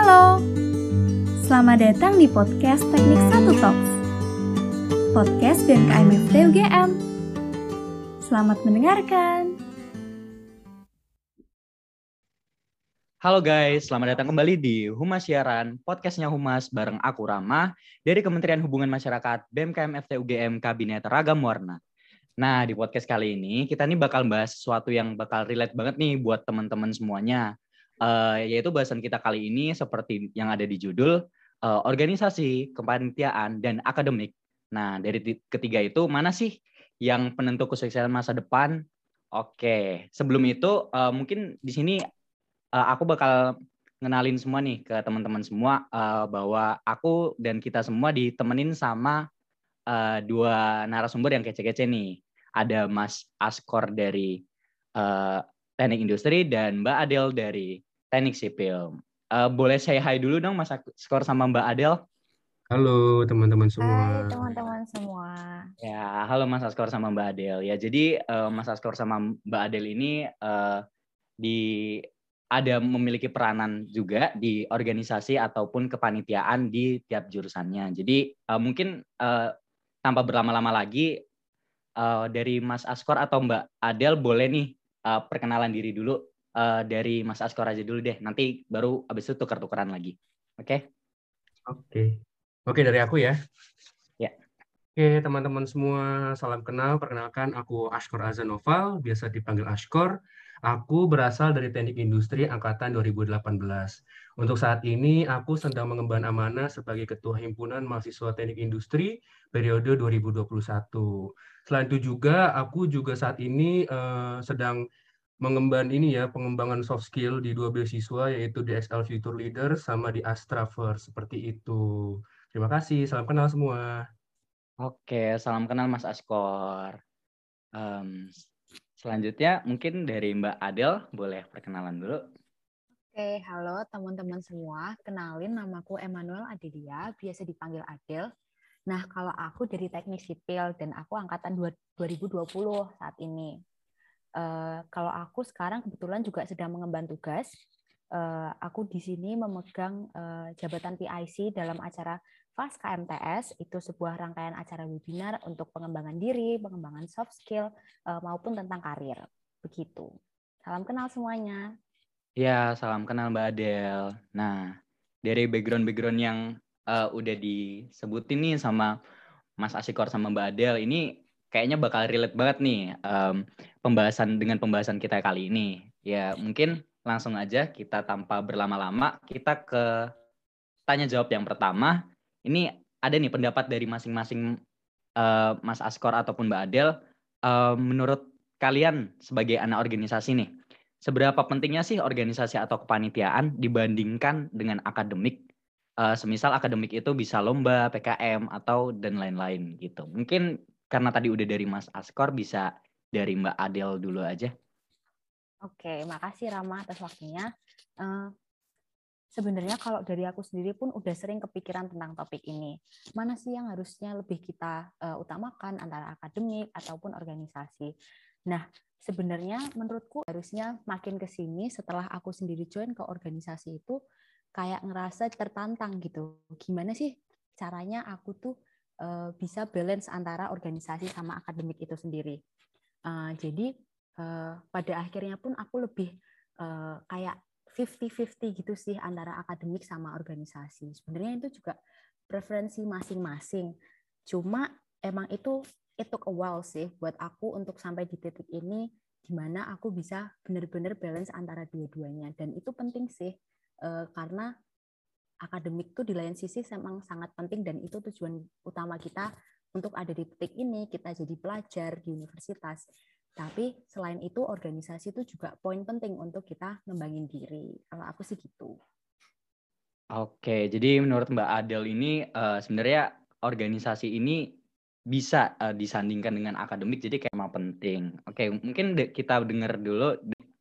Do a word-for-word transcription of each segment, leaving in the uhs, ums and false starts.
Halo, selamat datang di podcast Teknik satu Talks, podcast B M K M F T U G M. Selamat mendengarkan. Halo guys, selamat datang kembali di Humas Siaran, podcastnya Humas bareng aku Rama dari Kementerian Hubungan Masyarakat B M K M F T U G M Kabinet Ragam Warna. Nah, di podcast kali ini kita nih bakal bahas sesuatu yang bakal relate banget nih buat teman-teman semuanya. Uh, yaitu bahasan kita kali ini seperti yang ada di judul uh, organisasi, kepanitiaan, dan akademik. Nah, dari ketiga itu mana sih yang penentu kesuksesan masa depan? Oke, sebelum itu uh, mungkin di sini uh, aku bakal ngenalin semua nih ke teman-teman semua uh, bahwa aku dan kita semua ditemenin sama uh, dua narasumber yang kece-kece nih. Ada Mas Askor dari uh, Teknik Industri dan Mbak Adel dari Teknik Sipil. Uh, boleh saya hi dulu dong Mas Askor sama Mbak Adel? Halo teman-teman semua. Hai teman-teman semua. Ya, halo Mas Askor sama Mbak Adel. Ya, jadi uh, Mas Askor sama Mbak Adel ini uh, di ada memiliki peranan juga di organisasi ataupun kepanitiaan di tiap jurusannya. Jadi uh, mungkin uh, tanpa berlama-lama lagi uh, dari Mas Askor atau Mbak Adel boleh nih uh, perkenalan diri dulu. Uh, dari Mas Askor aja dulu deh. Nanti baru abis itu tukar-tukaran lagi. Oke? Okay? Oke. Okay. Oke, okay, dari aku ya. Ya. Oke, okay, teman-teman semua, salam kenal. Perkenalkan, aku Askor Azanoval, biasa dipanggil Askor. Aku berasal dari Teknik Industri Angkatan dua ribu delapan belas. Untuk saat ini, aku sedang mengemban amanah sebagai Ketua Himpunan Mahasiswa Teknik Industri periode dua ribu dua puluh satu. Selain itu juga, aku juga saat ini uh, sedang mengemban ini ya, pengembangan soft skill di dua beasiswa, yaitu di X L Future Leader sama di Astraverse, seperti itu. Terima kasih, salam kenal semua. Oke, salam kenal Mas Askor. Um, selanjutnya mungkin dari Mbak Adel, boleh perkenalan dulu. Oke, halo teman-teman semua. Kenalin, namaku Emmanuel Adelia, biasa dipanggil Adel. Nah, kalau aku dari Teknik Sipil dan aku angkatan dua ribu dua puluh saat ini. Uh, kalau aku sekarang kebetulan juga sedang mengemban tugas. Uh, aku di sini memegang uh, jabatan P I C dalam acara F A S K M T S, itu sebuah rangkaian acara webinar untuk pengembangan diri, pengembangan soft skill, uh, maupun tentang karir. Begitu. Salam kenal semuanya. Ya, salam kenal Mbak Adel. Nah, dari background-background yang uh, udah disebutin nih sama Mas Askor sama Mbak Adel, ini kayaknya bakal relate banget nih um, pembahasan dengan pembahasan kita kali ini. Ya, mungkin langsung aja kita tanpa berlama-lama, kita ke tanya jawab yang pertama. Ini ada nih pendapat dari masing-masing uh, Mas Askor ataupun Mbak Adel. Uh, menurut kalian sebagai anak organisasi nih, seberapa pentingnya sih organisasi atau kepanitiaan dibandingkan dengan akademik? Uh, semisal akademik itu bisa lomba, P K M, atau dan lain-lain gitu. Mungkin karena tadi udah dari Mas Askor, bisa dari Mbak Adel dulu aja. Oke, makasih Rama atas waktunya. Uh, sebenarnya kalau dari aku sendiri pun udah sering kepikiran tentang topik ini. Mana sih yang harusnya lebih kita uh, utamakan antara akademik ataupun organisasi? Nah, sebenarnya menurutku harusnya makin ke sini setelah aku sendiri join ke organisasi itu kayak ngerasa tertantang gitu. Gimana sih caranya aku tuh uh, bisa balance antara organisasi sama akademik itu sendiri. Uh, jadi uh, pada akhirnya pun aku lebih uh, kayak fifty fifty gitu sih antara akademik sama organisasi. Sebenarnya itu juga preferensi masing-masing. Cuma emang itu it took a while sih buat aku untuk sampai di titik ini di mana aku bisa benar-benar balance antara dua-duanya. Dan itu penting sih uh, karena akademik tuh di lain sisi memang sangat penting dan itu tujuan utama kita untuk ada di titik ini, kita jadi pelajar di universitas. Tapi selain itu organisasi itu juga poin penting untuk kita ngembangin diri. Kalau aku sih gitu. Oke, jadi menurut Mbak Adel ini uh, sebenarnya organisasi ini bisa uh, disandingkan dengan akademik, jadi kayak emang penting. Oke, mungkin de- kita dengar dulu.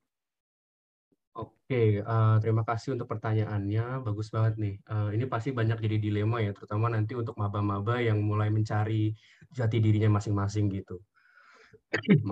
Oke, uh, terima kasih untuk pertanyaannya. Bagus banget nih. Uh, ini pasti banyak jadi dilema ya, terutama nanti untuk maba-maba yang mulai mencari jati dirinya masing-masing gitu. Maaf.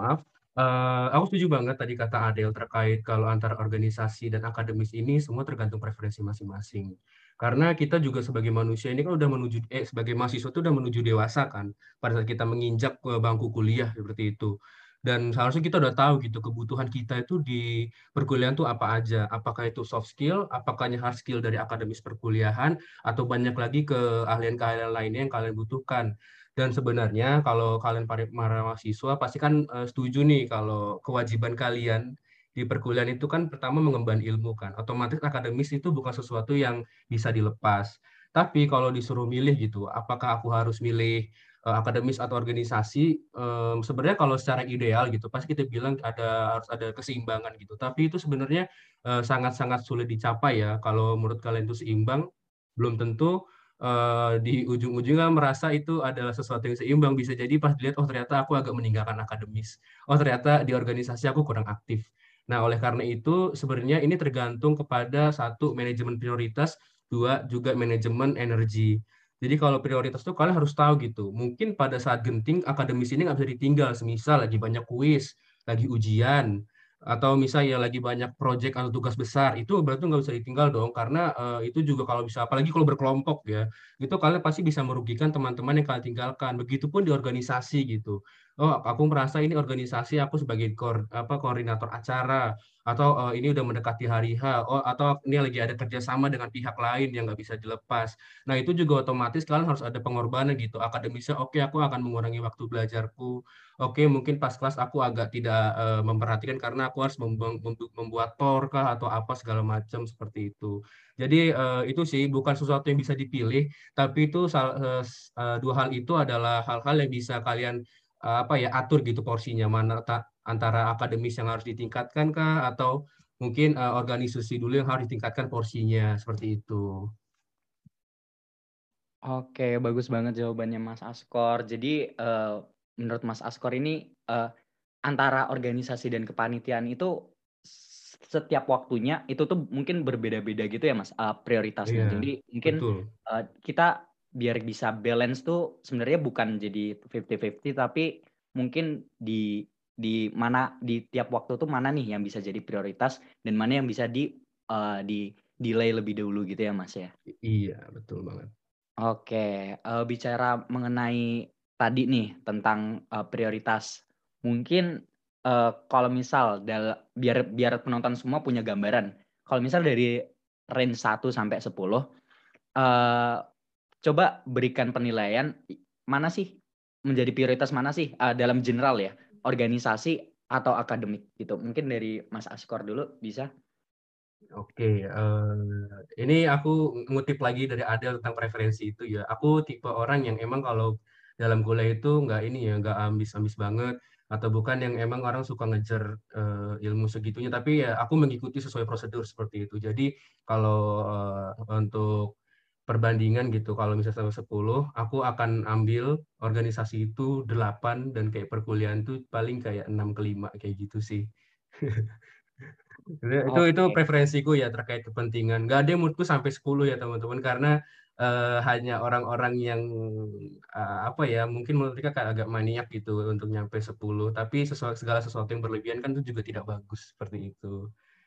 Uh, aku setuju banget tadi kata Adel terkait kalau antara organisasi dan akademis ini semua tergantung preferensi masing-masing. Karena kita juga sebagai manusia ini kan udah menuju, eh sebagai mahasiswa itu udah menuju dewasa kan, pada saat kita menginjak ke bangku kuliah seperti itu. Dan seharusnya kita udah tahu gitu kebutuhan kita itu di perkuliahan tuh apa aja. Apakah itu soft skill, apakah hard skill dari akademis perkuliahan, atau banyak lagi keahlian-keahlian lainnya yang kalian butuhkan. Dan sebenarnya kalau kalian para mahasiswa pasti kan uh, setuju nih kalau kewajiban kalian di perkuliahan itu kan pertama mengemban ilmu kan. Otomatis akademis itu bukan sesuatu yang bisa dilepas. Tapi kalau disuruh milih gitu, apakah aku harus milih uh, akademis atau organisasi? Um, sebenarnya kalau secara ideal gitu, pasti kita bilang ada harus ada keseimbangan gitu. Tapi itu sebenarnya uh, sangat-sangat sulit dicapai ya. Kalau menurut kalian itu seimbang, belum tentu Uh, di ujung-ujungnya merasa itu adalah sesuatu yang seimbang. Bisa jadi pas dilihat, oh ternyata aku agak meninggalkan akademis. Oh ternyata di organisasi aku kurang aktif. Nah oleh karena itu sebenarnya ini tergantung kepada satu, manajemen prioritas, dua, juga manajemen energi. Jadi kalau prioritas itu kalian harus tahu gitu. Mungkin pada saat genting akademis ini nggak bisa ditinggal. Semisal lagi banyak kuis, lagi ujian, atau misalnya lagi banyak proyek atau tugas besar, itu berarti nggak bisa ditinggal dong, karena uh, itu juga kalau bisa, apalagi kalau berkelompok ya, itu kalian pasti bisa merugikan teman-teman yang kalian tinggalkan. Begitupun di organisasi gitu. Oh, aku merasa ini organisasi aku sebagai ko apa, koordinator acara, atau uh, ini udah mendekati hari H, oh, atau ini lagi ada kerjasama dengan pihak lain yang nggak bisa dilepas. Nah, itu juga otomatis kalian harus ada pengorbanan gitu. Akademisnya, oke, okay, aku akan mengurangi waktu belajarku. Oke, mungkin pas kelas aku agak tidak uh, memperhatikan karena aku harus membuat tor kah atau apa segala macam seperti itu. Jadi uh, itu sih bukan sesuatu yang bisa dipilih, tapi itu uh, uh, dua hal itu adalah hal-hal yang bisa kalian uh, apa ya atur gitu porsinya, mana ta, antara akademis yang harus ditingkatkan kah atau mungkin uh, organisasi dulu yang harus ditingkatkan porsinya seperti itu. Oke, bagus banget jawabannya Mas Askor. Jadi uh, menurut Mas Askor ini uh, antara organisasi dan kepanitiaan itu setiap waktunya itu tuh mungkin berbeda-beda gitu ya Mas, uh, prioritasnya. Iya, Jadi mungkin uh, kita biar bisa balance tuh sebenarnya bukan jadi fifty fifty, tapi mungkin di di mana di tiap waktu tuh mana nih yang bisa jadi prioritas dan mana yang bisa di uh, di delay lebih dahulu gitu ya Mas ya. Iya, betul banget. Oke, uh, bicara mengenai tadi nih tentang uh, prioritas, mungkin uh, kalau misal dal- biar biar penonton semua punya gambaran, kalau misal dari range satu sampai sepuluh, uh, coba berikan penilaian mana sih menjadi prioritas mana sih uh, dalam general ya, organisasi atau akademik gitu. Mungkin dari Mas Askor dulu bisa. Oke, uh, ini aku ngutip lagi dari Adel tentang preferensi itu ya. Aku tipe orang yang emang kalau dalam kuliah itu nggak ini ya, nggak ambis-ambis banget, atau bukan yang emang orang suka ngejar uh, ilmu segitunya, tapi ya aku mengikuti sesuai prosedur seperti itu. Jadi kalau uh, untuk perbandingan gitu, kalau misalnya sampai sepuluh, aku akan ambil organisasi itu delapan, dan kayak perkuliahan itu paling kayak enam ke lima kayak gitu sih. Itu itu Oke. preferensiku ya terkait kepentingan. Gak ada yang menurutku sampai sepuluh ya teman-teman, karena uh, hanya orang-orang yang uh, apa ya, mungkin menurut mereka kayak agak maniak gitu untuk nyampe sepuluh, tapi sesuatu, segala sesuatu yang berlebihan kan itu juga tidak bagus seperti itu.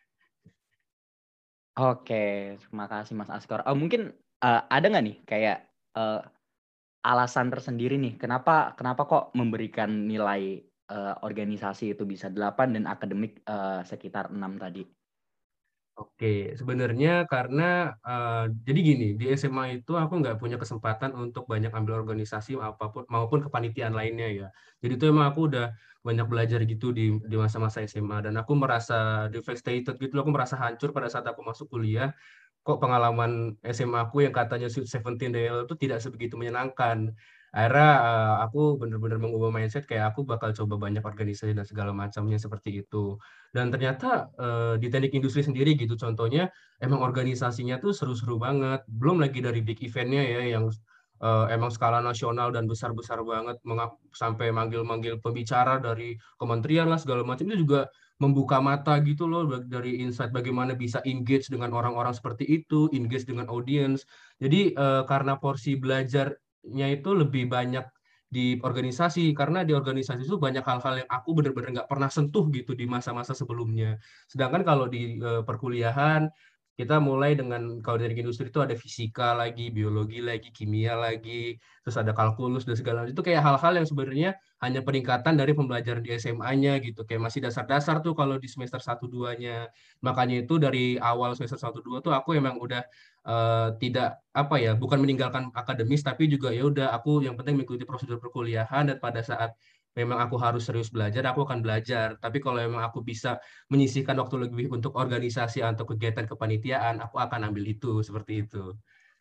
Oke, terima kasih Mas Askor. Oh, mungkin uh, ada nggak nih kayak uh, alasan tersendiri nih kenapa kenapa kok memberikan nilai uh, organisasi itu bisa delapan dan akademik uh, sekitar enam tadi? Oke, sebenarnya karena uh, jadi gini, di S M A itu aku nggak punya kesempatan untuk banyak ambil organisasi apapun maupun kepanitiaan lainnya ya. Jadi itu emang aku udah banyak belajar gitu di di masa-masa S M A, dan aku merasa devastated gitu, aku merasa hancur pada saat aku masuk kuliah. Kok pengalaman S M A aku yang katanya Sweet Seventeen Day itu tidak sebegitu menyenangkan. Akhirnya uh, aku benar-benar mengubah mindset kayak aku bakal coba banyak organisasi dan segala macamnya seperti itu. Dan ternyata uh, di teknik industri sendiri gitu contohnya emang organisasinya tuh seru-seru banget. Belum lagi dari big eventnya ya yang uh, emang skala nasional dan besar-besar banget, sampai manggil-manggil pembicara dari kementerian lah segala macam, itu juga membuka mata gitu loh dari insight bagaimana bisa engage dengan orang-orang seperti itu, engage dengan audience. Jadi uh, karena porsi belajarnya itu lebih banyak di organisasi, karena di organisasi itu banyak hal-hal yang aku benar-benar nggak pernah sentuh gitu di masa-masa sebelumnya. Sedangkan kalau di uh, perkuliahan kita mulai dengan, kalau dari industri itu ada fisika lagi, biologi lagi, kimia lagi, terus ada kalkulus dan segala macam. Itu kayak hal-hal yang sebenarnya hanya peningkatan dari pembelajaran di S M A-nya gitu. Kayak masih dasar-dasar tuh kalau di semester satu dua-nya. Makanya itu dari awal semester satu dua tuh aku emang udah uh, tidak apa ya, bukan meninggalkan akademis, tapi juga ya udah aku yang penting mengikuti prosedur perkuliahan, dan pada saat memang aku harus serius belajar, aku akan belajar. Tapi kalau memang aku bisa menyisihkan waktu lebih untuk organisasi atau kegiatan kepanitiaan, aku akan ambil itu, seperti itu.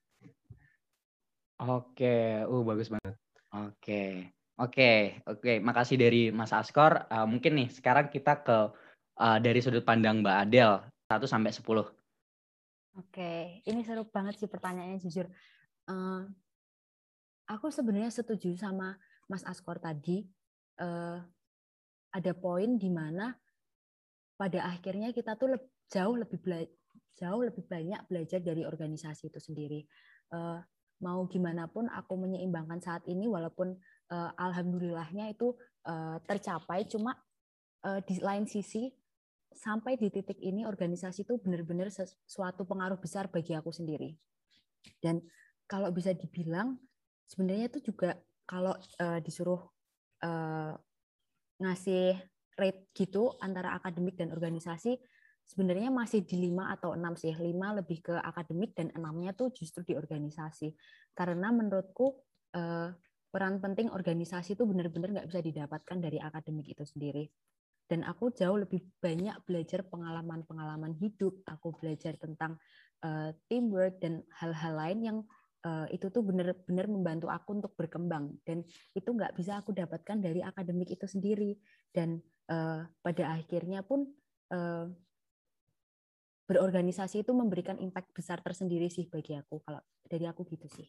Oke, uh bagus banget. Oke, oke, oke. Makasih dari Mas Askor. Uh, mungkin nih sekarang kita ke uh, dari sudut pandang Mbak Adel, satu sampai sepuluh. Oke, ini seru banget sih pertanyaannya, jujur. Uh, aku sebenarnya setuju sama Mas Askor tadi. Uh, ada poin di mana pada akhirnya kita tuh le- jauh lebih bela- jauh lebih banyak belajar dari organisasi itu sendiri. Uh, mau gimana pun aku menyeimbangkan saat ini, walaupun uh, alhamdulillahnya itu uh, tercapai, cuma uh, di lain sisi sampai di titik ini organisasi itu benar-benar suatu pengaruh besar bagi aku sendiri. Dan kalau bisa dibilang sebenarnya itu juga kalau uh, disuruh uh, ngasih rate gitu antara akademik dan organisasi, sebenarnya masih di lima atau enam sih. lima lebih ke akademik dan enamnya tuh justru di organisasi. Karena menurutku eh, peran penting organisasi itu benar-benar nggak bisa didapatkan dari akademik itu sendiri. Dan aku jauh lebih banyak belajar pengalaman-pengalaman hidup. Aku belajar tentang uh, teamwork dan hal-hal lain yang uh, itu tuh benar-benar membantu aku untuk berkembang. Dan itu nggak bisa aku dapatkan dari akademik itu sendiri. Dan uh, pada akhirnya pun uh, berorganisasi itu memberikan impact besar tersendiri sih bagi aku. Kalau dari aku gitu sih.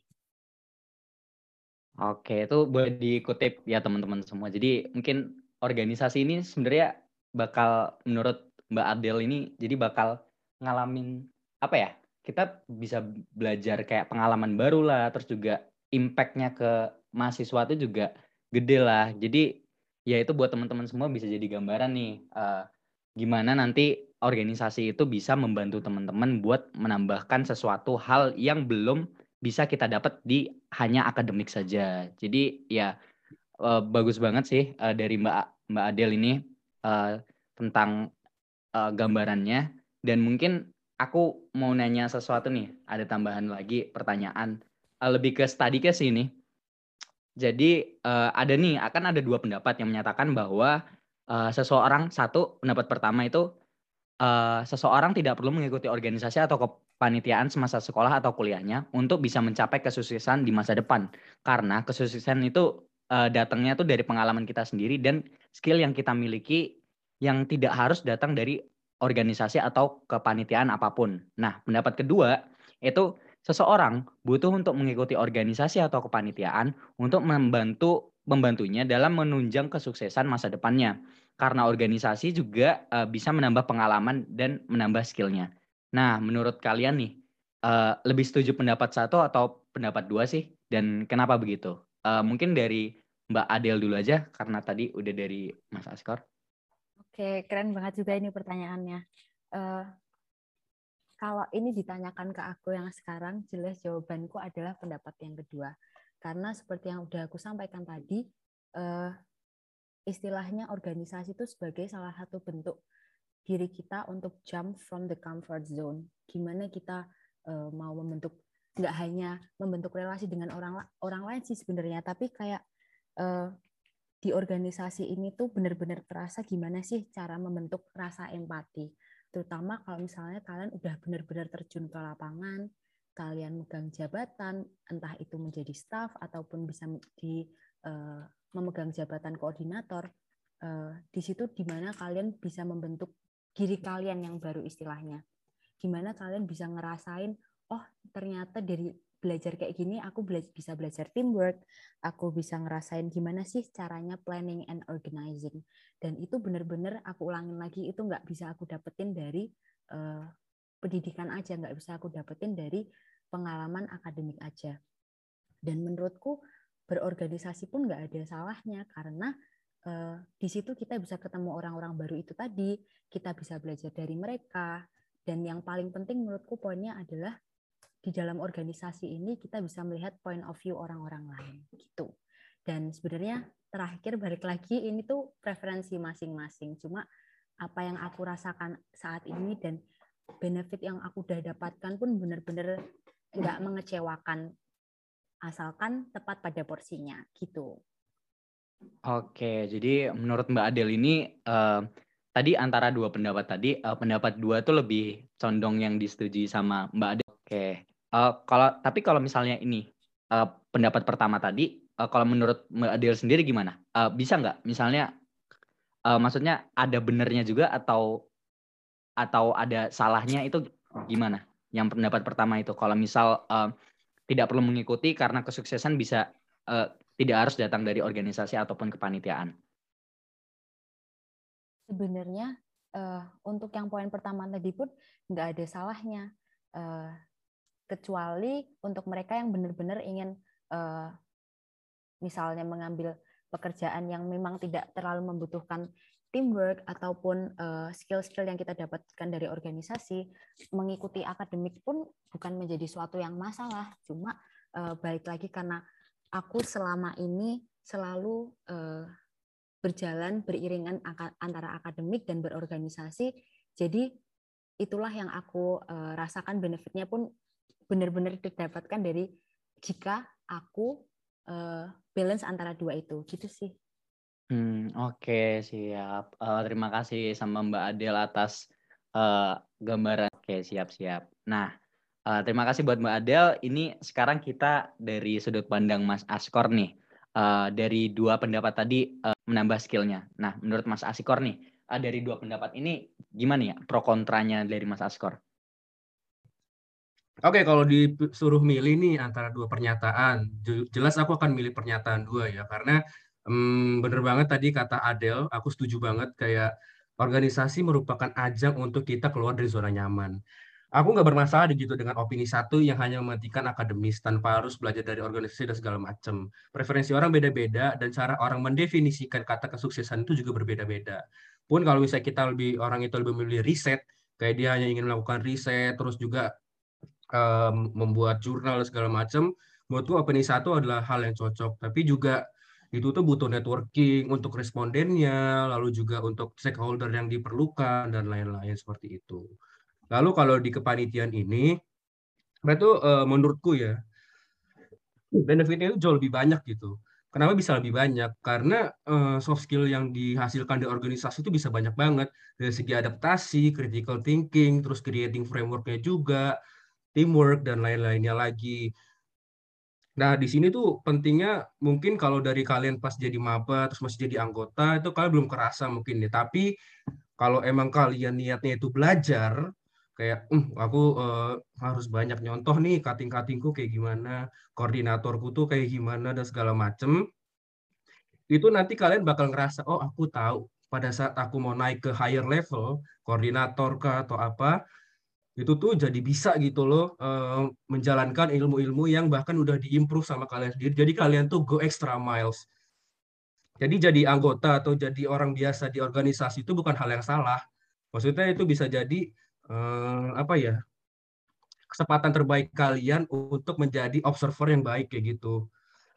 Oke, itu boleh dikutip ya teman-teman semua. Jadi mungkin organisasi ini sebenarnya bakal, menurut Mbak Adel ini, jadi bakal ngalamin apa ya? Kita bisa belajar kayak pengalaman baru lah, terus juga impact-nya ke mahasiswa itu juga gede lah. Jadi ya itu buat teman-teman semua bisa jadi gambaran nih, uh, gimana nanti organisasi itu bisa membantu teman-teman buat menambahkan sesuatu hal yang belum bisa kita dapat di hanya akademik saja. Jadi ya uh, bagus banget sih uh, dari Mbak Mbak Adel ini uh, tentang uh, gambarannya. Dan mungkin aku mau nanya sesuatu nih, ada tambahan lagi pertanyaan uh, lebih ke study case ini. Jadi uh, ada nih, akan ada dua pendapat yang menyatakan bahwa uh, seseorang, satu pendapat pertama itu uh, seseorang tidak perlu mengikuti organisasi atau kepanitiaan semasa sekolah atau kuliahnya untuk bisa mencapai kesuksesan di masa depan. Karena kesuksesan itu uh, datangnya tuh dari pengalaman kita sendiri dan skill yang kita miliki yang tidak harus datang dari organisasi atau kepanitiaan apapun. Nah, pendapat kedua itu seseorang butuh untuk mengikuti organisasi atau kepanitiaan untuk membantu membantunya dalam menunjang kesuksesan masa depannya. Karena organisasi juga uh, bisa menambah pengalaman dan menambah skillnya. Nah, menurut kalian nih, uh, lebih setuju pendapat satu atau pendapat dua sih? Dan kenapa begitu? Uh, mungkin dari Mbak Adel dulu aja, karena tadi udah dari Mas Askor. Oke, keren banget juga ini pertanyaannya. Uh, kalau ini ditanyakan ke aku yang sekarang, jelas jawabanku adalah pendapat yang kedua. Karena seperti yang udah aku sampaikan tadi, uh, istilahnya organisasi itu sebagai salah satu bentuk diri kita untuk jump from the comfort zone. Gimana kita uh, mau membentuk, nggak hanya membentuk relasi dengan orang orang lain sih sebenarnya, tapi kayak uh, di organisasi ini tuh benar-benar terasa gimana sih cara membentuk rasa empati. Terutama kalau misalnya kalian udah benar-benar terjun ke lapangan, kalian megang jabatan, entah itu menjadi staff ataupun bisa di uh, memegang jabatan koordinator, uh, di situ di mana kalian bisa membentuk diri kalian yang baru istilahnya. Gimana kalian bisa ngerasain, oh ternyata dari belajar kayak gini aku bela- bisa belajar teamwork, aku bisa ngerasain gimana sih caranya planning and organizing. Dan itu benar-benar aku ulangin lagi, itu nggak bisa aku dapetin dari uh, pendidikan aja, nggak bisa aku dapetin dari pengalaman akademik aja. Dan menurutku berorganisasi pun nggak ada salahnya, karena uh, di situ kita bisa ketemu orang-orang baru itu tadi, kita bisa belajar dari mereka, dan yang paling penting menurutku poinnya adalah di dalam organisasi ini kita bisa melihat point of view orang-orang lain gitu. Dan sebenarnya terakhir balik lagi ini tuh preferensi masing-masing, cuma apa yang aku rasakan saat ini dan benefit yang aku udah dapatkan pun benar-benar nggak mengecewakan, asalkan tepat pada porsinya gitu. Oke, jadi menurut Mbak Adel ini uh, tadi antara dua pendapat tadi, uh, pendapat dua tuh lebih condong yang disetujui sama Mbak Adel. Oke, uh, kalau tapi kalau misalnya ini uh, pendapat pertama tadi, uh, kalau menurut Mbak Adel sendiri gimana? Uh, bisa nggak misalnya, uh, maksudnya ada benernya juga atau atau ada salahnya itu gimana? Yang pendapat pertama itu, kalau misal uh, tidak perlu mengikuti karena kesuksesan bisa uh, tidak harus datang dari organisasi ataupun kepanitiaan. Sebenarnya uh, untuk yang poin pertama tadi pun nggak ada salahnya, uh, kecuali untuk mereka yang benar-benar ingin uh, misalnya mengambil pekerjaan yang memang tidak terlalu membutuhkan teamwork ataupun uh, skill-skill yang kita dapatkan dari organisasi, mengikuti akademik pun bukan menjadi suatu yang masalah. Cuma uh, balik lagi karena aku selama ini selalu uh, berjalan beriringan antara akademik dan berorganisasi, jadi itulah yang aku uh, rasakan benefitnya pun benar-benar didapatkan dari jika aku uh, balance antara dua itu, gitu sih. Hmm, oke, siap. Uh, terima kasih sama Mbak Adel atas uh, gambaran. Oke, siap-siap. Nah, uh, terima kasih buat Mbak Adel. Ini sekarang kita dari sudut pandang Mas Askor nih. Uh, dari dua pendapat tadi uh, menambah skillnya. Nah, menurut Mas Askor nih, uh, dari dua pendapat ini gimana ya pro kontranya dari Mas Askor? Oke, kalau disuruh milih nih antara dua pernyataan, jelas aku akan milih pernyataan dua ya, karena Hmm, bener banget tadi kata Adel, aku setuju banget kayak organisasi merupakan ajang untuk kita keluar dari zona nyaman. Aku nggak bermasalah gitu dengan opini satu yang hanya mementingkan akademis tanpa harus belajar dari organisasi dan segala macam. Preferensi orang beda-beda dan cara orang mendefinisikan kata kesuksesan itu juga berbeda-beda. Pun kalau misalnya kita lebih orang itu lebih memilih riset, kayak dia hanya ingin melakukan riset, terus juga um, membuat jurnal dan segala macam, menurutku opini satu adalah hal yang cocok. Tapi juga itu tuh butuh networking untuk respondennya, lalu juga untuk stakeholder yang diperlukan, dan lain-lain seperti itu. Lalu kalau di kepanitiaan ini, itu uh, menurutku ya, benefitnya itu jauh lebih banyak gitu. Kenapa bisa lebih banyak? Karena uh, soft skill yang dihasilkan di organisasi itu bisa banyak banget. Dari segi adaptasi, critical thinking, terus creating framework-nya juga, teamwork, dan lain-lainnya lagi. Nah, di sini tuh pentingnya mungkin kalau dari kalian pas jadi maba terus masih jadi anggota itu kalian belum kerasa mungkin ya. Tapi kalau emang kalian niatnya itu belajar, kayak um, aku uh, harus banyak nyontoh nih kating-katingku kayak gimana, koordinatorku tuh kayak gimana dan segala macem. Itu nanti kalian bakal ngerasa, oh aku tahu pada saat aku mau naik ke higher level, koordinator kah atau apa, itu tuh jadi bisa gitu loh uh, menjalankan ilmu-ilmu yang bahkan udah diimprove sama kalian sendiri. Jadi kalian tuh go extra miles. Jadi jadi anggota atau jadi orang biasa di organisasi itu bukan hal yang salah. Maksudnya itu bisa jadi uh, apa ya, kesempatan terbaik kalian untuk menjadi observer yang baik kayak gitu.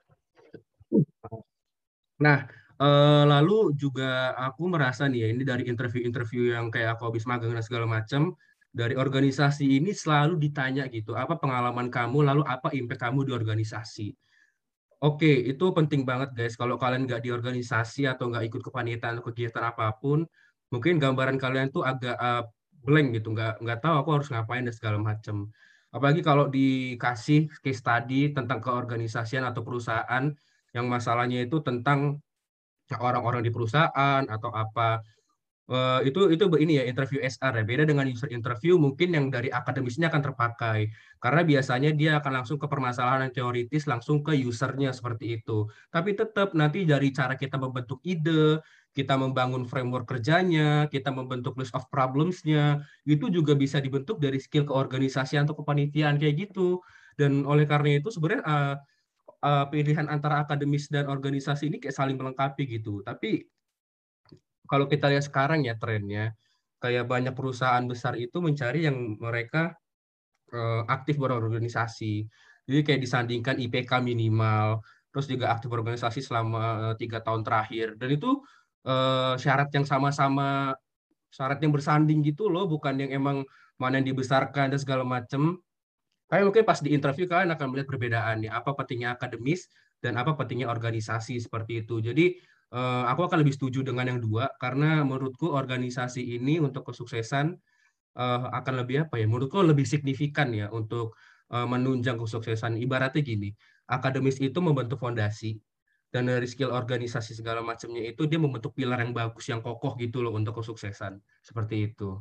Nah, uh, lalu juga aku merasa nih ya, ini dari interview-interview yang kayak aku habis magang dan segala macam, dari organisasi ini selalu ditanya gitu, apa pengalaman kamu, lalu apa impact kamu di organisasi. Oke, itu penting banget guys. Kalau kalian nggak di organisasi atau nggak ikut kepanitiaan atau kegiatan apapun, mungkin gambaran kalian tuh agak uh, blank gitu, nggak nggak tahu aku harus ngapain dan segala macam. Apalagi kalau dikasih case study tentang keorganisasian atau perusahaan yang masalahnya itu tentang orang-orang di perusahaan atau apa. Uh, itu itu ini ya interview S R ya, beda dengan user interview mungkin yang dari akademisnya akan terpakai karena biasanya dia akan langsung ke permasalahan yang teoritis langsung ke usernya seperti itu. Tapi tetap nanti dari cara kita membentuk ide, kita membangun framework kerjanya, kita membentuk list of problems-nya, itu juga bisa dibentuk dari skill keorganisasian atau kepanitiaan kayak gitu. Dan oleh karena itu sebenarnya uh, uh, pilihan antara akademis dan organisasi ini kayak saling melengkapi gitu. Tapi kalau kita lihat sekarang ya trennya, kayak banyak perusahaan besar itu mencari yang mereka uh, aktif berorganisasi. Jadi kayak disandingkan I P K minimal, terus juga aktif berorganisasi selama tiga tahun terakhir. Dan itu uh, syarat yang sama-sama, syarat yang bersanding gitu loh, bukan yang emang mana yang dibesarkan dan segala macam. Kayak mungkin pas di interview kalian akan melihat perbedaannya, apa pentingnya akademis dan apa pentingnya organisasi seperti itu. Jadi eh, aku akan lebih setuju dengan yang dua karena menurutku organisasi ini untuk kesuksesan eh, akan lebih apa ya? Menurutku lebih signifikan ya untuk eh, menunjang kesuksesan. Ibaratnya gini, akademis itu membentuk fondasi dan dari skill organisasi segala macamnya itu dia membentuk pilar yang bagus, yang kokoh gitu loh untuk kesuksesan. Seperti itu.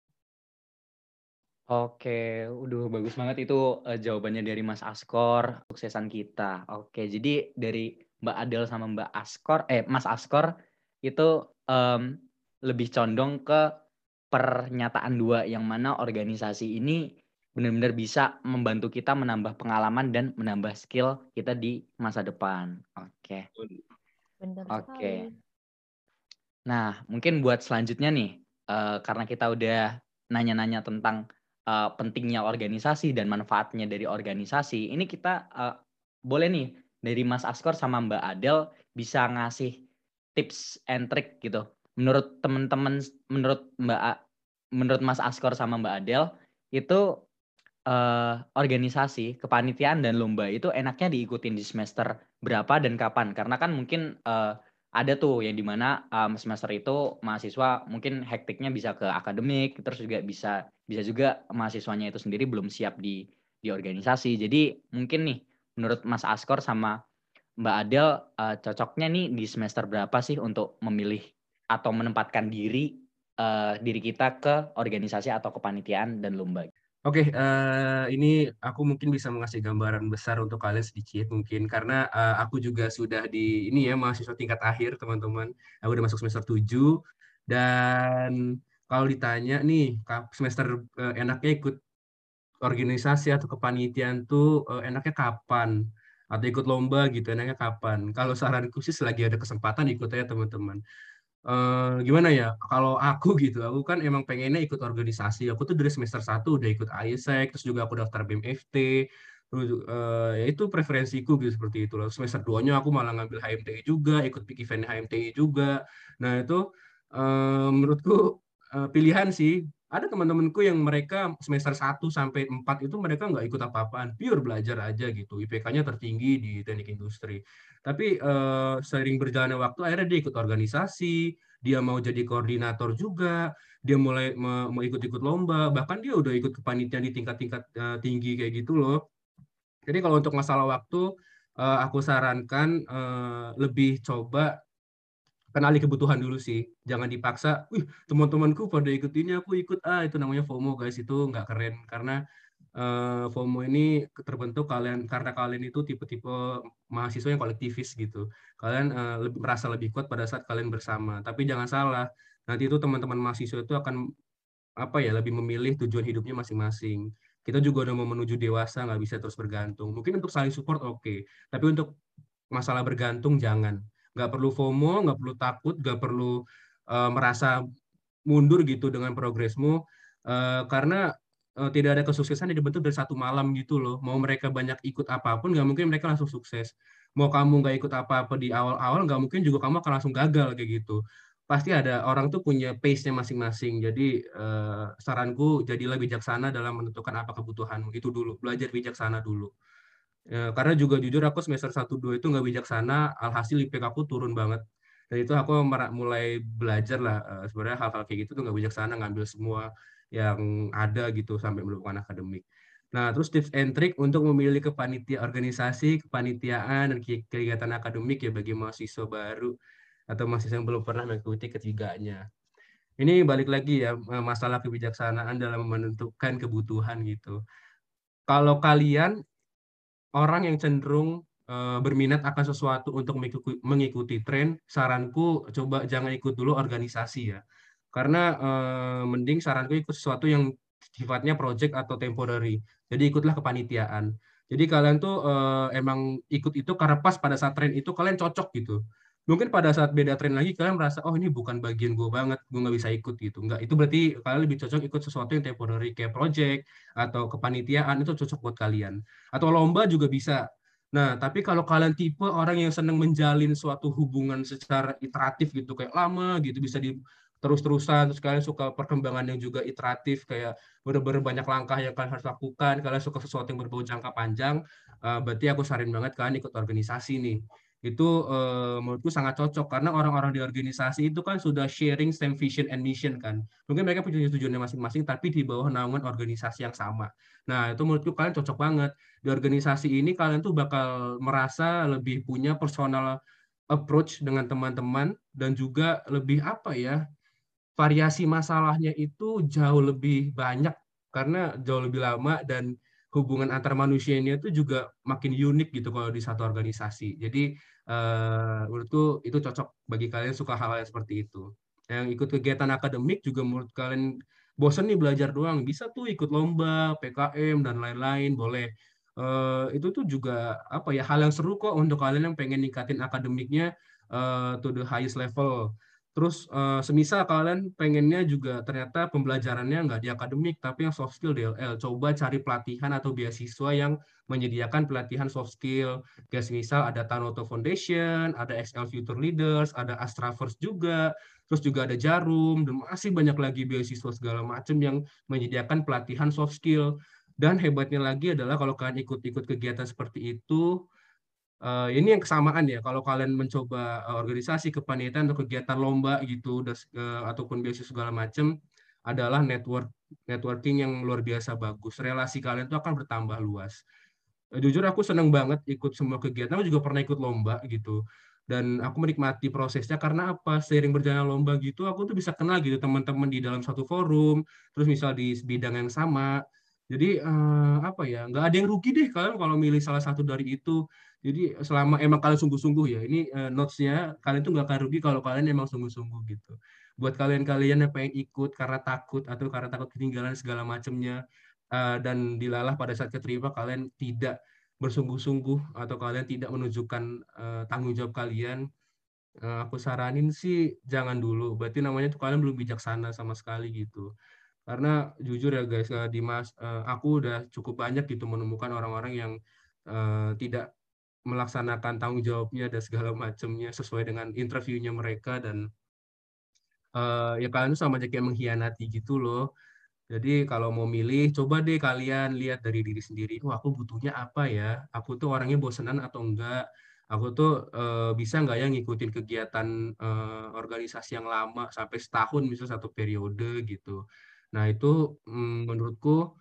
Oke, udah bagus banget itu uh, jawabannya dari Mas Askor, suksesan kita. Oke, jadi dari Mbak Adel sama Mbak Askor, eh Mas Askor itu um, lebih condong ke pernyataan dua, yang mana organisasi ini benar-benar bisa membantu kita menambah pengalaman dan menambah skill kita di masa depan. Oke. Benar Oke. sekali. Nah, mungkin buat selanjutnya nih, uh, karena kita udah nanya-nanya tentang Uh, pentingnya organisasi dan manfaatnya dari organisasi, ini kita uh, boleh nih dari Mas Askor sama Mbak Adel bisa ngasih tips and trick gitu. Menurut teman-teman, menurut Mbak, A, menurut Mas Askor sama Mbak Adel itu uh, organisasi, kepanitiaan dan lomba itu enaknya diikutin di semester berapa dan kapan? Karena kan mungkin uh, ada tuh yang dimana um, semester itu mahasiswa mungkin hektiknya bisa ke akademik, terus juga bisa bisa juga mahasiswanya itu sendiri belum siap di di organisasi. Jadi mungkin nih menurut Mas Askor sama Mbak Adel uh, cocoknya nih di semester berapa sih untuk memilih atau menempatkan diri uh, diri kita ke organisasi atau kepanitiaan dan lomba? Oke, uh, ini aku mungkin bisa mengasih gambaran besar untuk kalian sedikit mungkin karena uh, aku juga sudah di ini ya mahasiswa tingkat akhir teman-teman. Aku udah masuk semester tujuh dan kalau ditanya nih semester uh, enaknya ikut organisasi atau kepanitiaan tuh uh, enaknya kapan? Atau ikut lomba gitu enaknya kapan? Kalau saranku sih selagi ada kesempatan ikut aja teman-teman. Uh, gimana ya, kalau aku gitu, aku kan emang pengennya ikut organisasi. Aku tuh dari semester satu udah ikut I S E C, terus juga aku daftar B M F T, terus uh, ya itu preferensiku gitu seperti itu loh. Semester dua-nya aku malah ngambil H M T I juga, ikut peak event H M T I juga. Nah itu uh, menurutku uh, pilihan sih. Ada teman-temanku yang mereka semester satu sampai empat itu mereka nggak ikut apa-apaan, pure belajar aja gitu. I P K-nya tertinggi di teknik industri. Tapi uh, sering berjalannya waktu akhirnya dia ikut organisasi, dia mau jadi koordinator juga, dia mulai mau ikut-ikut lomba, bahkan dia udah ikut kepanitiaan di tingkat-tingkat uh, tinggi kayak gitu loh. Jadi kalau untuk masalah waktu, uh, aku sarankan uh, lebih coba kenali kebutuhan dulu sih. Jangan dipaksa, wih teman-temanku pada ikut ini, aku ikut, ah itu namanya FOMO guys, itu nggak keren. Karena uh, FOMO ini terbentuk kalian karena kalian itu tipe-tipe mahasiswa yang kolektivis gitu. Kalian uh, lebih, merasa lebih kuat pada saat kalian bersama. Tapi jangan salah, nanti itu teman-teman mahasiswa itu akan apa ya lebih memilih tujuan hidupnya masing-masing. Kita juga udah mau menuju dewasa, nggak bisa terus bergantung. Mungkin untuk saling support oke, okay. Tapi untuk masalah bergantung jangan. Nggak perlu FOMO, nggak perlu takut, nggak perlu uh, merasa mundur gitu dengan progresmu, uh, karena uh, tidak ada kesuksesan yang dibentuk dari satu malam gitu loh. Mau mereka banyak ikut apapun, nggak mungkin mereka langsung sukses. Mau kamu nggak ikut apa-apa di awal-awal, nggak mungkin juga kamu akan langsung gagal kayak gitu. Pasti ada orang tuh punya pace-nya masing-masing. Jadi uh, saranku jadilah bijaksana dalam menentukan apa kebutuhanmu. Itu dulu, belajar bijaksana dulu. Ya, karena juga jujur aku semester satu dua itu nggak bijaksana, alhasil I P K aku turun banget. Dan itu aku mulai belajar lah, uh, sebenarnya hal-hal kayak gitu tuh nggak bijaksana, ngambil semua yang ada gitu sampai melupakan akademik. Nah, terus tips and trick untuk memilih kepanitiaan organisasi, kepanitiaan, dan kegiatan akademik ya bagi mahasiswa baru atau mahasiswa yang belum pernah mengikuti ketiganya. Ini balik lagi ya, masalah kebijaksanaan dalam menentukan kebutuhan gitu. Kalau kalian orang yang cenderung uh, berminat akan sesuatu untuk mengikuti, mengikuti tren, saranku coba jangan ikut dulu organisasi ya. Karena uh, mending saranku ikut sesuatu yang sifatnya project atau temporary. Jadi ikutlah kepanitiaan. Jadi kalian tuh uh, emang ikut itu karena pas pada saat tren itu kalian cocok gitu. Mungkin pada saat beda tren lagi kalian merasa oh ini bukan bagian gue banget, gue nggak bisa ikut gitu. Enggak, itu berarti kalian lebih cocok ikut sesuatu yang temporary kayak project atau kepanitiaan, itu cocok buat kalian. Atau lomba juga bisa. Nah, tapi kalau kalian tipe orang yang senang menjalin suatu hubungan secara iteratif gitu, kayak lama gitu, bisa di terus-terusan, terus kalian suka perkembangan yang juga iteratif, kayak bener-bener banyak langkah yang kalian harus lakukan, kalian suka sesuatu yang berbau jangka panjang, uh, berarti aku saran banget kalian ikut organisasi nih. Itu uh, menurutku sangat cocok karena orang-orang di organisasi itu kan sudah sharing same vision and mission kan. Mungkin mereka punya tujuannya masing-masing tapi di bawah naungan organisasi yang sama. Nah, itu menurutku kalian cocok banget. Di organisasi ini kalian tuh bakal merasa lebih punya personal approach dengan teman-teman dan juga lebih apa ya? Variasi masalahnya itu jauh lebih banyak karena jauh lebih lama dan hubungan antar manusianya itu juga makin unik gitu kalau di satu organisasi. Jadi uh, menurutku itu cocok bagi kalian suka hal yang seperti itu. Yang ikut kegiatan akademik juga menurut kalian bosan nih belajar doang, bisa tuh ikut lomba, P K M dan lain-lain, boleh. Uh, itu tuh juga apa ya hal yang seru kok untuk kalian yang pengen ningkatin akademiknya uh, to the highest level. Terus uh, semisal kalian pengennya juga ternyata pembelajarannya nggak di akademik tapi yang soft skill D L L, coba cari pelatihan atau beasiswa yang menyediakan pelatihan soft skill. Kayak semisal ada Tanoto Foundation, ada X L Future Leaders, ada Astraverse juga, terus juga ada Jarum, dan masih banyak lagi beasiswa segala macam yang menyediakan pelatihan soft skill. Dan hebatnya lagi adalah kalau kalian ikut-ikut kegiatan seperti itu, Uh, ini yang kesamaan ya, kalau kalian mencoba uh, organisasi, kepanitiaan, atau kegiatan lomba gitu, das, uh, ataupun beasiswa segala macam, adalah network networking yang luar biasa bagus. Relasi kalian itu akan bertambah luas. Uh, jujur aku seneng banget ikut semua kegiatan, aku juga pernah ikut lomba gitu. Dan aku menikmati prosesnya karena apa? Seiring berjalan lomba gitu, aku tuh bisa kenal gitu teman-teman di dalam satu forum, terus misal di bidang yang sama. Jadi uh, apa ya? Nggak ada yang rugi deh kalian kalau milih salah satu dari itu. Jadi selama emang kalian sungguh-sungguh ya, ini uh, notes-nya, kalian tuh nggak akan rugi kalau kalian emang sungguh-sungguh gitu. Buat kalian-kalian yang pengen ikut karena takut atau karena takut ketinggalan segala macamnya, uh, dan dilalah pada saat keterima kalian tidak bersungguh-sungguh atau kalian tidak menunjukkan uh, tanggung jawab kalian, uh, aku saranin sih jangan dulu. Berarti namanya tuh kalian belum bijaksana sama sekali gitu. Karena jujur ya guys, uh, Dimas, uh, aku udah cukup banyak gitu menemukan orang-orang yang uh, tidak melaksanakan tanggung jawabnya dan segala macamnya sesuai dengan interviewnya mereka, dan uh, ya kalian tuh sama aja kayak mengkhianati gitu loh. Jadi kalau mau milih, coba deh kalian lihat dari diri sendiri. Oh, aku butuhnya apa ya? Aku tuh orangnya bosenan atau enggak? Aku tuh uh, bisa nggak ya ngikutin kegiatan uh, organisasi yang lama sampai setahun, misal satu periode gitu. Nah itu mm, menurutku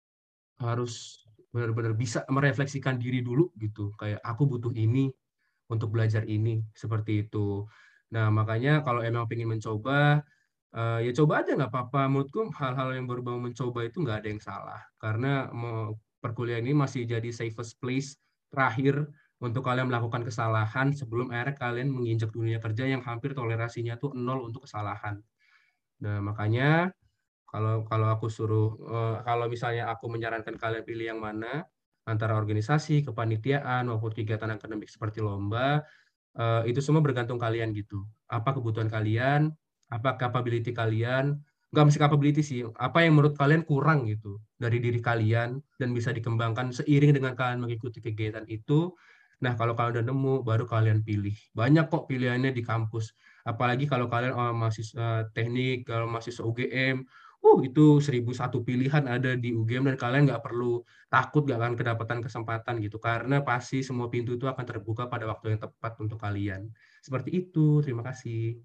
harus benar-benar bisa merefleksikan diri dulu gitu. Kayak aku butuh ini untuk belajar ini, seperti itu. Nah, makanya kalau emang pengen mencoba, uh, ya coba aja nggak apa-apa. Menurutku hal-hal yang berbau mencoba itu nggak ada yang salah. Karena mau, perkuliahan ini masih jadi safest place terakhir untuk kalian melakukan kesalahan sebelum akhirnya kalian menginjak dunia kerja yang hampir toleransinya tuh nol untuk kesalahan. Nah, makanya kalau kalau aku suruh, uh, kalau misalnya aku menyarankan kalian pilih yang mana antara organisasi, kepanitiaan maupun kegiatan akademik seperti lomba, uh, itu semua bergantung kalian gitu. Apa kebutuhan kalian, apa capability kalian, nggak mesti capability sih, apa yang menurut kalian kurang gitu dari diri kalian dan bisa dikembangkan seiring dengan kalian mengikuti kegiatan itu. Nah, kalau kalian udah nemu, baru kalian pilih. Banyak kok pilihannya di kampus. Apalagi kalau kalian oh, mahasiswa teknik, kalau mahasiswa U G M, uh itu seribu satu pilihan ada di U G M dan kalian nggak perlu takut nggak akan kedapatan kesempatan gitu. Karena pasti semua pintu itu akan terbuka pada waktu yang tepat untuk kalian. Seperti itu, terima kasih.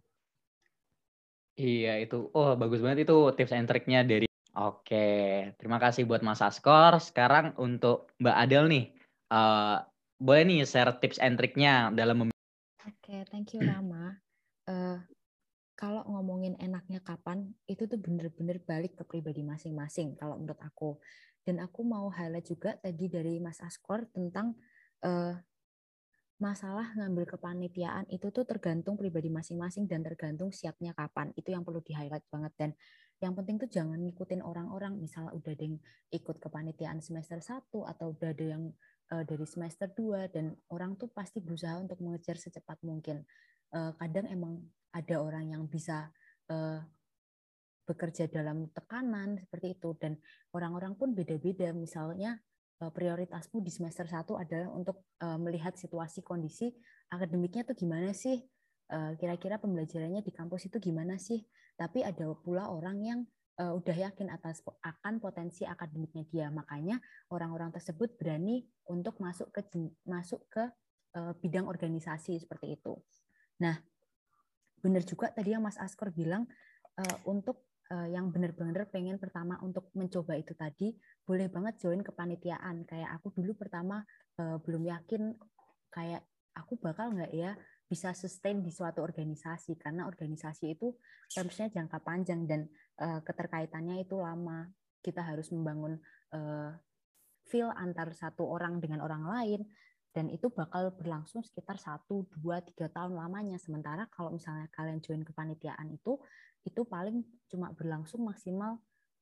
Iya itu, oh bagus banget itu tips and triknya dari. Oke, terima kasih buat Mas Askor. Sekarang untuk Mbak Adel nih, uh, boleh nih share tips and triknya dalam mem- Oke, okay, thank you Rama. Uh, kalau ngomongin enaknya kapan, itu tuh bener-bener balik ke pribadi masing-masing kalau menurut aku. Dan aku mau highlight juga tadi dari Mas Askor tentang uh, masalah ngambil kepanitiaan itu tuh tergantung pribadi masing-masing dan tergantung siapnya kapan. Itu yang perlu di-highlight banget. Dan yang penting tuh jangan ngikutin orang-orang. Misalnya udah ada yang ikut kepanitiaan semester satu atau udah ada yang uh, dari semester dua dan orang tuh pasti berusaha untuk mengejar secepat mungkin. Uh, kadang emang ada orang yang bisa uh, bekerja dalam tekanan seperti itu dan orang-orang pun beda-beda. Misalnya prioritasmu di semester satu adalah untuk uh, melihat situasi kondisi akademiknya tuh gimana sih, uh, kira-kira pembelajarannya di kampus itu gimana sih. Tapi ada pula orang yang uh, udah yakin atas akan potensi akademiknya dia, makanya orang-orang tersebut berani untuk masuk ke masuk ke uh, bidang organisasi seperti itu. Nah, benar juga tadi yang Mas Askor bilang, uh, untuk yang benar-benar pengen pertama untuk mencoba itu tadi, boleh banget join kepanitiaan. Kayak aku dulu pertama uh, belum yakin kayak aku bakal nggak ya bisa sustain di suatu organisasi, karena organisasi itu terusnya jangka panjang dan uh, keterkaitannya itu lama. Kita harus membangun uh, feel antar satu orang dengan orang lain, dan itu bakal berlangsung sekitar satu, dua, tiga tahun lamanya. Sementara kalau misalnya kalian join kepanitiaan itu, itu paling cuma berlangsung maksimal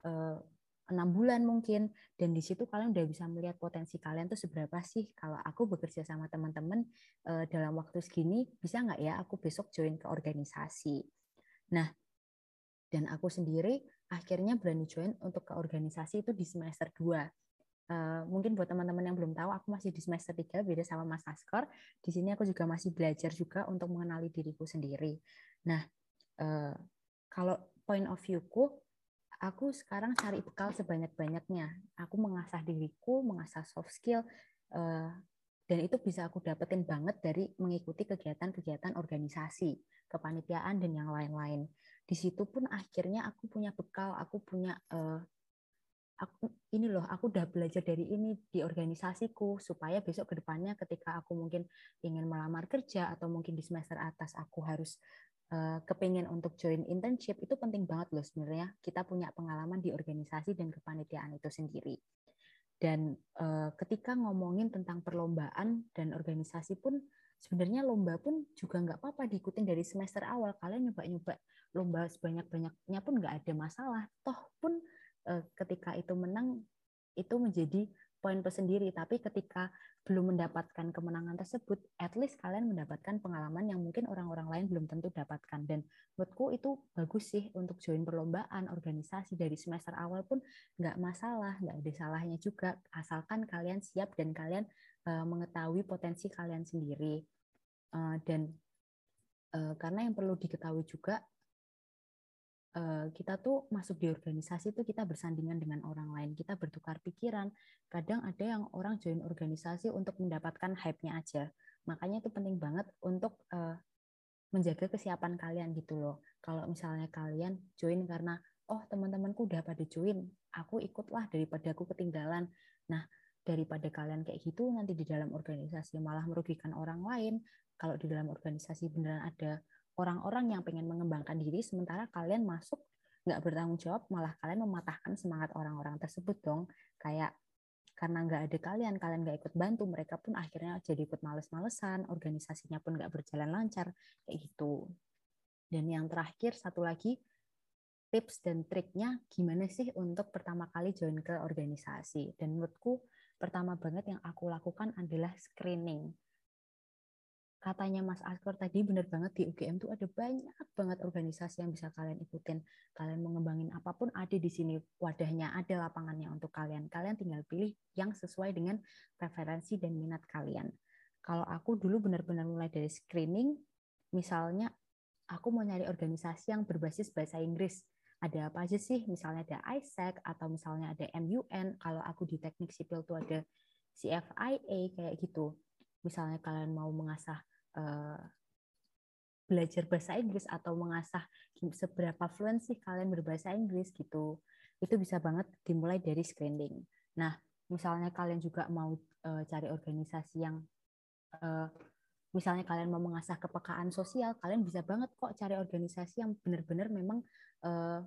enam bulan mungkin, dan di situ kalian udah bisa melihat potensi kalian tuh seberapa sih. Kalau aku bekerja sama teman-teman uh, dalam waktu segini, bisa nggak ya aku besok join ke organisasi. Nah, dan aku sendiri akhirnya berani join untuk ke organisasi itu di semester dua. Uh, mungkin buat teman-teman yang belum tahu, aku masih di semester tiga, beda sama Mas Askor. Di sini aku juga masih belajar juga untuk mengenali diriku sendiri. Nah, uh, kalau point of view-ku, aku sekarang cari bekal sebanyak-banyaknya. Aku mengasah diriku, mengasah soft skill, uh, dan itu bisa aku dapetin banget dari mengikuti kegiatan-kegiatan organisasi, kepanitiaan, dan yang lain-lain. Di situ pun akhirnya aku punya bekal, aku punya uh, aku ini loh, aku udah belajar dari ini di organisasiku, supaya besok ke depannya ketika aku mungkin ingin melamar kerja atau mungkin di semester atas aku harus uh, kepingin untuk join internship, itu penting banget loh sebenarnya kita punya pengalaman di organisasi dan kepanitiaan itu sendiri. Dan uh, ketika ngomongin tentang perlombaan dan organisasi pun, sebenarnya lomba pun juga nggak apa-apa diikutin dari semester awal. Kalian nyoba-nyoba lomba sebanyak-banyaknya pun nggak ada masalah. Toh pun ketika itu menang, itu menjadi poin tersendiri. Tapi ketika belum mendapatkan kemenangan tersebut, at least kalian mendapatkan pengalaman yang mungkin orang-orang lain belum tentu dapatkan. Dan menurutku itu bagus sih untuk join perlombaan, organisasi dari semester awal pun nggak masalah, nggak ada salahnya juga, asalkan kalian siap dan kalian uh, mengetahui potensi kalian sendiri. Uh, dan uh, karena yang perlu diketahui juga, kita tuh masuk di organisasi tuh kita bersandingan dengan orang lain, kita bertukar pikiran. Kadang ada yang orang join organisasi untuk mendapatkan hype-nya aja. Makanya itu penting banget untuk uh, menjaga kesiapan kalian gitu loh. Kalau misalnya kalian join karena oh teman-temanku udah pada join, aku ikutlah daripada aku ketinggalan. Nah, daripada kalian kayak gitu nanti di dalam organisasi malah merugikan orang lain. Kalau di dalam organisasi beneran ada orang-orang yang pengen mengembangkan diri, sementara kalian masuk nggak bertanggung jawab, malah kalian mematahkan semangat orang-orang tersebut dong. Kayak karena nggak ada kalian, kalian nggak ikut bantu, mereka pun akhirnya jadi ikut males-malesan, organisasinya pun nggak berjalan lancar, kayak gitu. Dan yang terakhir, satu lagi, tips dan triknya gimana sih untuk pertama kali join ke organisasi. Dan menurutku, pertama banget yang aku lakukan adalah screening. Katanya Mas Askor tadi benar banget, di U G M tuh ada banyak banget organisasi yang bisa kalian ikutin. Kalian mau ngembangin apapun ada di sini, wadahnya ada, lapangannya untuk kalian. Kalian tinggal pilih yang sesuai dengan preferensi dan minat kalian. Kalau aku dulu benar-benar mulai dari screening, misalnya aku mau nyari organisasi yang berbasis bahasa Inggris. Ada apa aja sih? Misalnya ada I S E C atau misalnya ada M U N. Kalau aku di teknik sipil tuh ada C F I A kayak gitu. Misalnya kalian mau mengasah Uh, belajar bahasa Inggris atau mengasah seberapa fluent sih kalian berbahasa Inggris gitu, itu bisa banget dimulai dari screening. Nah, misalnya kalian juga mau uh, cari organisasi yang uh, misalnya kalian mau mengasah kepekaan sosial, kalian bisa banget kok cari organisasi yang benar-benar memang uh,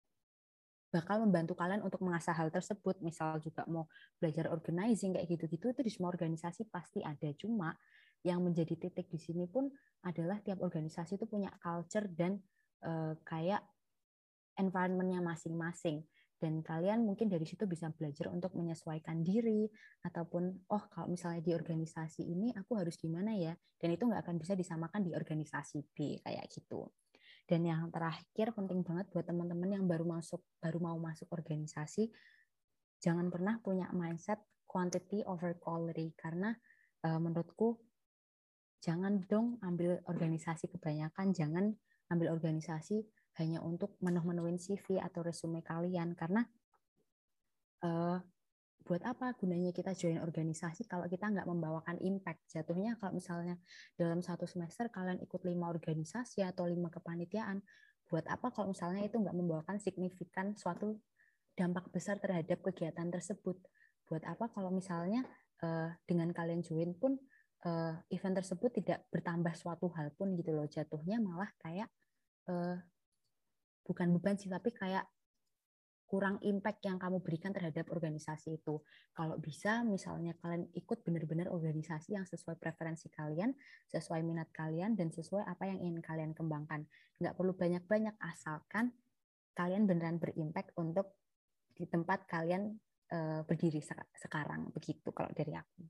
bakal membantu kalian untuk mengasah hal tersebut. Misal juga mau belajar organizing kayak gitu-gitu, itu di semua organisasi pasti ada. Cuma yang menjadi titik di sini pun adalah tiap organisasi itu punya culture dan uh, kayak environment-nya masing-masing. Dan kalian mungkin dari situ bisa belajar untuk menyesuaikan diri, ataupun oh kalau misalnya di organisasi ini aku harus gimana ya, dan itu nggak akan bisa disamakan di organisasi B kayak gitu. Dan yang terakhir penting banget buat teman-teman yang baru masuk baru mau masuk organisasi, jangan pernah punya mindset quantity over quality, karena uh, menurutku jangan dong ambil organisasi kebanyakan, jangan ambil organisasi hanya untuk menuh-menuhin C V atau resume kalian, karena uh, buat apa gunanya kita join organisasi kalau kita nggak membawakan impact. Jatuhnya kalau misalnya dalam satu semester kalian ikut lima organisasi atau lima kepanitiaan, buat apa kalau misalnya itu nggak membawakan signifikan suatu dampak besar terhadap kegiatan tersebut. Buat apa kalau misalnya uh, dengan kalian join pun uh, event tersebut tidak bertambah suatu hal pun gitu loh. Jatuhnya malah kayak uh, bukan beban sih, tapi kayak kurang impact yang kamu berikan terhadap organisasi itu. Kalau bisa, misalnya kalian ikut benar-benar organisasi yang sesuai preferensi kalian, sesuai minat kalian, dan sesuai apa yang ingin kalian kembangkan. Nggak perlu banyak-banyak, asalkan kalian beneran berimpact untuk di tempat kalian uh, berdiri sekarang. Begitu kalau dari aku.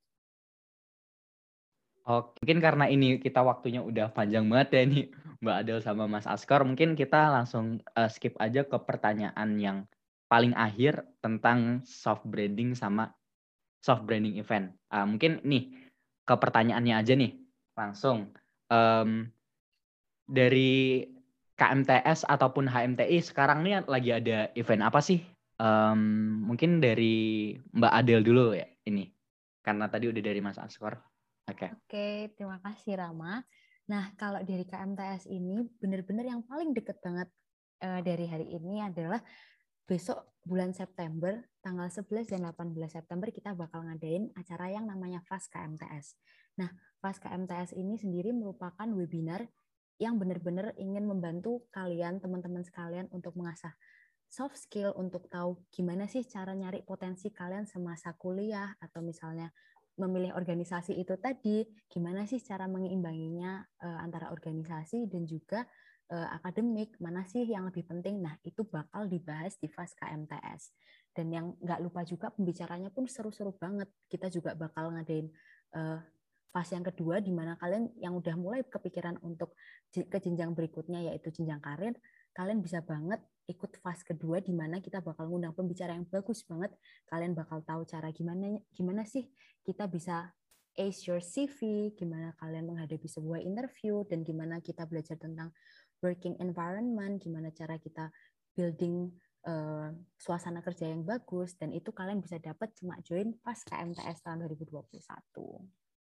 Oke, mungkin karena ini kita waktunya udah panjang banget ya nih Mbak Adel sama Mas Askor, mungkin kita langsung uh, skip aja ke pertanyaan yang paling akhir tentang soft branding sama soft branding event. Uh, mungkin nih ke pertanyaannya aja nih langsung. Um, dari K M T S ataupun H M T I sekarang nih lagi ada event apa sih? Um, mungkin dari Mbak Adel dulu ya ini, karena tadi udah dari Mas Askor. Oke. Okay. Oke, terima kasih Rama. Nah, kalau dari K M T S ini benar-benar yang paling deket banget uh, dari hari ini adalah besok bulan September, tanggal sebelas dan delapan belas September kita bakal ngadain acara yang namanya Fast K M T S. Nah, Fast K M T S ini sendiri merupakan webinar yang benar-benar ingin membantu kalian, teman-teman sekalian untuk mengasah soft skill, untuk tahu gimana sih cara nyari potensi kalian semasa kuliah, atau misalnya memilih organisasi itu tadi, gimana sih cara mengeimbanginya uh, antara organisasi dan juga uh, akademik, mana sih yang lebih penting. Nah, itu bakal dibahas di Fast K M T S. Dan yang nggak lupa juga pembicaranya pun seru-seru banget. Kita juga bakal ngadain uh, fase yang kedua, di mana kalian yang udah mulai kepikiran untuk ke jenjang berikutnya, yaitu jenjang karir, kalian bisa banget ikut fase kedua, di mana kita bakal ngundang pembicara yang bagus banget. Kalian bakal tahu cara gimana gimana sih kita bisa ace your C V, gimana kalian menghadapi sebuah interview, dan gimana kita belajar tentang working environment, gimana cara kita building uh, suasana kerja yang bagus, dan itu kalian bisa dapat cuma join pas K M T S tahun dua ribu dua puluh satu.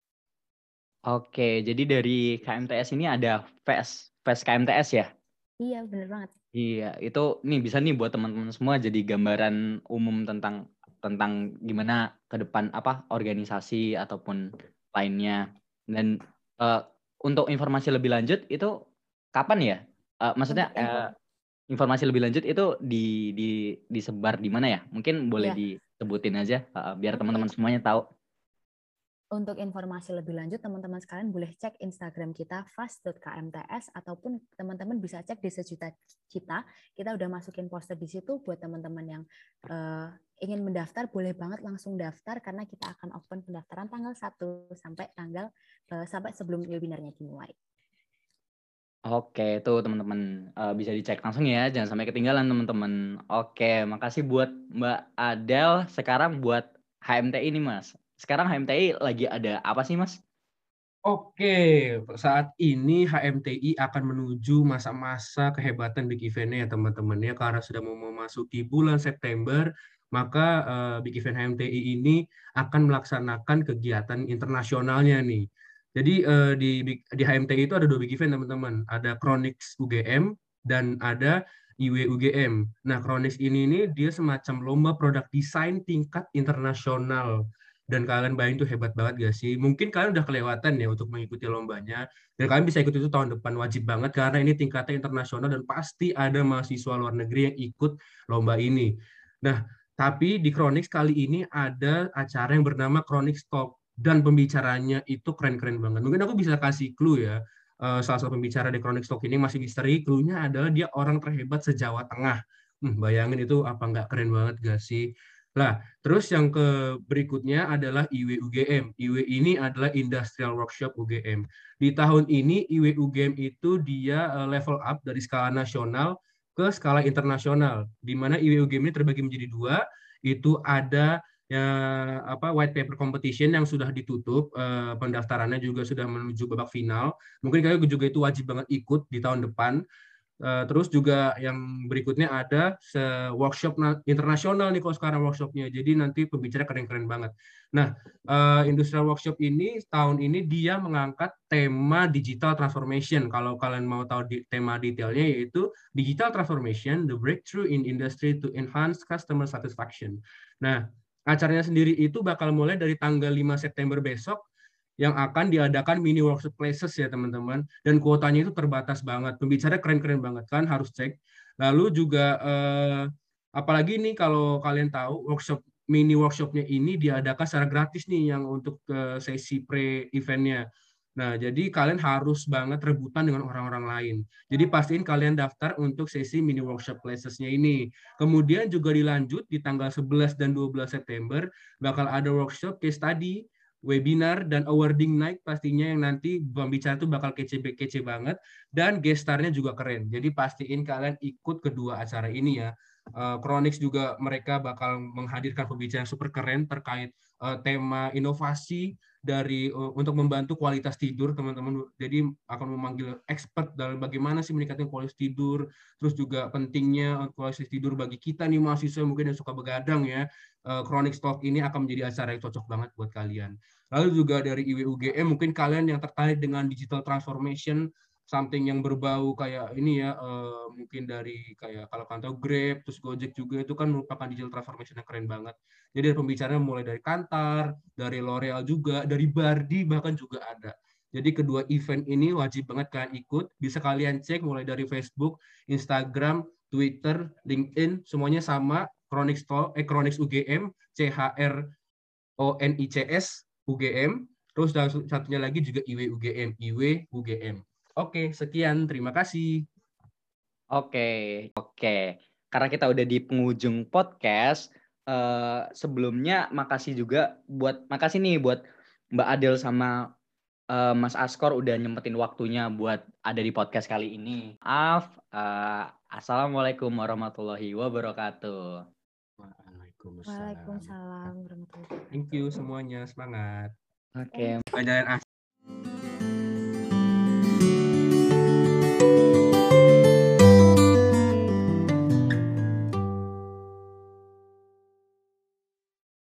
Oke, jadi dari K M T S ini ada Fast Fast K M T S ya? Iya, benar banget. Iya, itu nih bisa nih buat teman-teman semua jadi gambaran umum tentang tentang gimana ke depan apa organisasi ataupun lainnya. Dan uh, untuk informasi lebih lanjut itu kapan ya? Uh, maksudnya uh, informasi lebih lanjut itu di di disebar di mana ya? Mungkin boleh iya. disebutin aja uh, biar okay. teman-teman semuanya tahu. Untuk informasi lebih lanjut, teman-teman sekalian boleh cek Instagram kita fast dot k m t s, ataupun teman-teman bisa cek di Sejuta kita. Kita udah masukin poster di situ buat teman-teman yang uh, ingin mendaftar, boleh banget langsung daftar, karena kita akan open pendaftaran tanggal satu sampai tanggal uh, sampai sebelum webinarnya dimulai. Oke, itu teman-teman uh, bisa dicek langsung ya, jangan sampai ketinggalan teman-teman. Oke, makasih buat Mbak Adel. Sekarang buat H M T I ini Mas. Sekarang H M T I lagi ada apa sih, Mas? Oke, saat ini H M T I akan menuju masa-masa kehebatan Big Event-nya ya teman-teman ya, karena sudah mau memasuki bulan September, maka uh, Big Event H M T I ini akan melaksanakan kegiatan internasionalnya nih. Jadi uh, di di H M T I itu ada dua Big Event teman-teman, ada Chronix U G M dan ada I W U G M. Nah, Chronix ini nih dia semacam lomba produk desain tingkat internasional. Dan kalian bayangin tuh hebat banget gak sih? Mungkin kalian udah kelewatan ya untuk mengikuti lombanya. Dan kalian bisa ikut itu tahun depan, wajib banget. Karena ini tingkatnya internasional dan pasti ada mahasiswa luar negeri yang ikut lomba ini. Nah, tapi di Chronix kali ini ada acara yang bernama Chronix Talk. Dan pembicaranya itu keren-keren banget. Mungkin aku bisa kasih clue ya. Uh, salah satu pembicara di Chronix Talk ini masih misteri. Clue-nya adalah dia orang terhebat se-Jawa Tengah. Hmm, bayangin itu apa nggak keren banget gak sih? Lah, terus yang ke berikutnya adalah I W U G M. I W ini adalah Industrial Workshop U G M. Di tahun ini I W U G M itu dia level up dari skala nasional ke skala internasional, di mana I W U G M ini terbagi menjadi dua. Itu ada ya apa white paper competition yang sudah ditutup, eh, pendaftarannya juga sudah menuju babak final. Mungkin kalian juga itu wajib banget ikut di tahun depan. Uh, terus juga yang berikutnya ada workshop internasional nih kalau sekarang workshopnya. Jadi nanti pembicara keren-keren banget. Nah, uh, industrial workshop ini tahun ini dia mengangkat tema digital transformation. Kalau kalian mau tahu di, tema detailnya yaitu digital transformation, the breakthrough in industry to enhance customer satisfaction. Nah, acaranya sendiri itu bakal mulai dari tanggal lima September besok, yang akan diadakan mini workshop places ya teman-teman, dan kuotanya itu terbatas banget. Pembicara keren-keren banget kan, harus cek. Lalu juga eh, apalagi nih kalau kalian tahu workshop mini workshopnya ini diadakan secara gratis nih yang untuk ke sesi pre-eventnya. Nah, jadi kalian harus banget rebutan dengan orang-orang lain. Jadi pastiin kalian daftar untuk sesi mini workshop places-nya ini. Kemudian juga dilanjut di tanggal sebelas dan dua belas September bakal ada workshop case study, webinar, dan awarding night pastinya yang nanti pembicara tuh bakal kece-kece banget, dan guest star-nya juga keren. Jadi pastiin kalian ikut kedua acara ini ya. Uh, Chronix juga mereka bakal menghadirkan pembicara yang super keren terkait uh, tema inovasi dari uh, untuk membantu kualitas tidur teman-teman. Jadi akan memanggil expert dalam bagaimana sih meningkatkan kualitas tidur, terus juga pentingnya kualitas tidur bagi kita nih mahasiswa mungkin yang suka begadang ya. Uh, Chronix Talk ini akan menjadi acara yang cocok banget buat kalian. Lalu juga dari I W U G M mungkin kalian yang terkait dengan digital transformation, something yang berbau kayak ini ya, uh, mungkin dari kayak kalau kalian tahu Grab, terus Gojek juga itu kan merupakan digital transformation yang keren banget. Jadi pembicaranya mulai dari Kantar, dari L'Oreal juga, dari Bardi bahkan juga ada. Jadi kedua event ini wajib banget kalian ikut. Bisa kalian cek mulai dari Facebook, Instagram, Twitter, LinkedIn, semuanya sama. Chronix Talk, eh Chronix U G M, C H R O N I C S U G M, terus satunya lagi juga I W U G M, I W U G M. Oke, sekian, terima kasih. Oke, oke. Karena kita udah di penghujung podcast, uh, sebelumnya makasih juga buat makasih nih buat Mbak Adel sama uh, Mas Askor udah nyempetin waktunya buat ada di podcast kali ini. Maaf, uh, assalamualaikum warahmatullahi wabarakatuh. Waalaikumsalam. Waalaikumsalam warahmatullahi wabarakatuh. Thank you semuanya, semangat. Oke. Okay.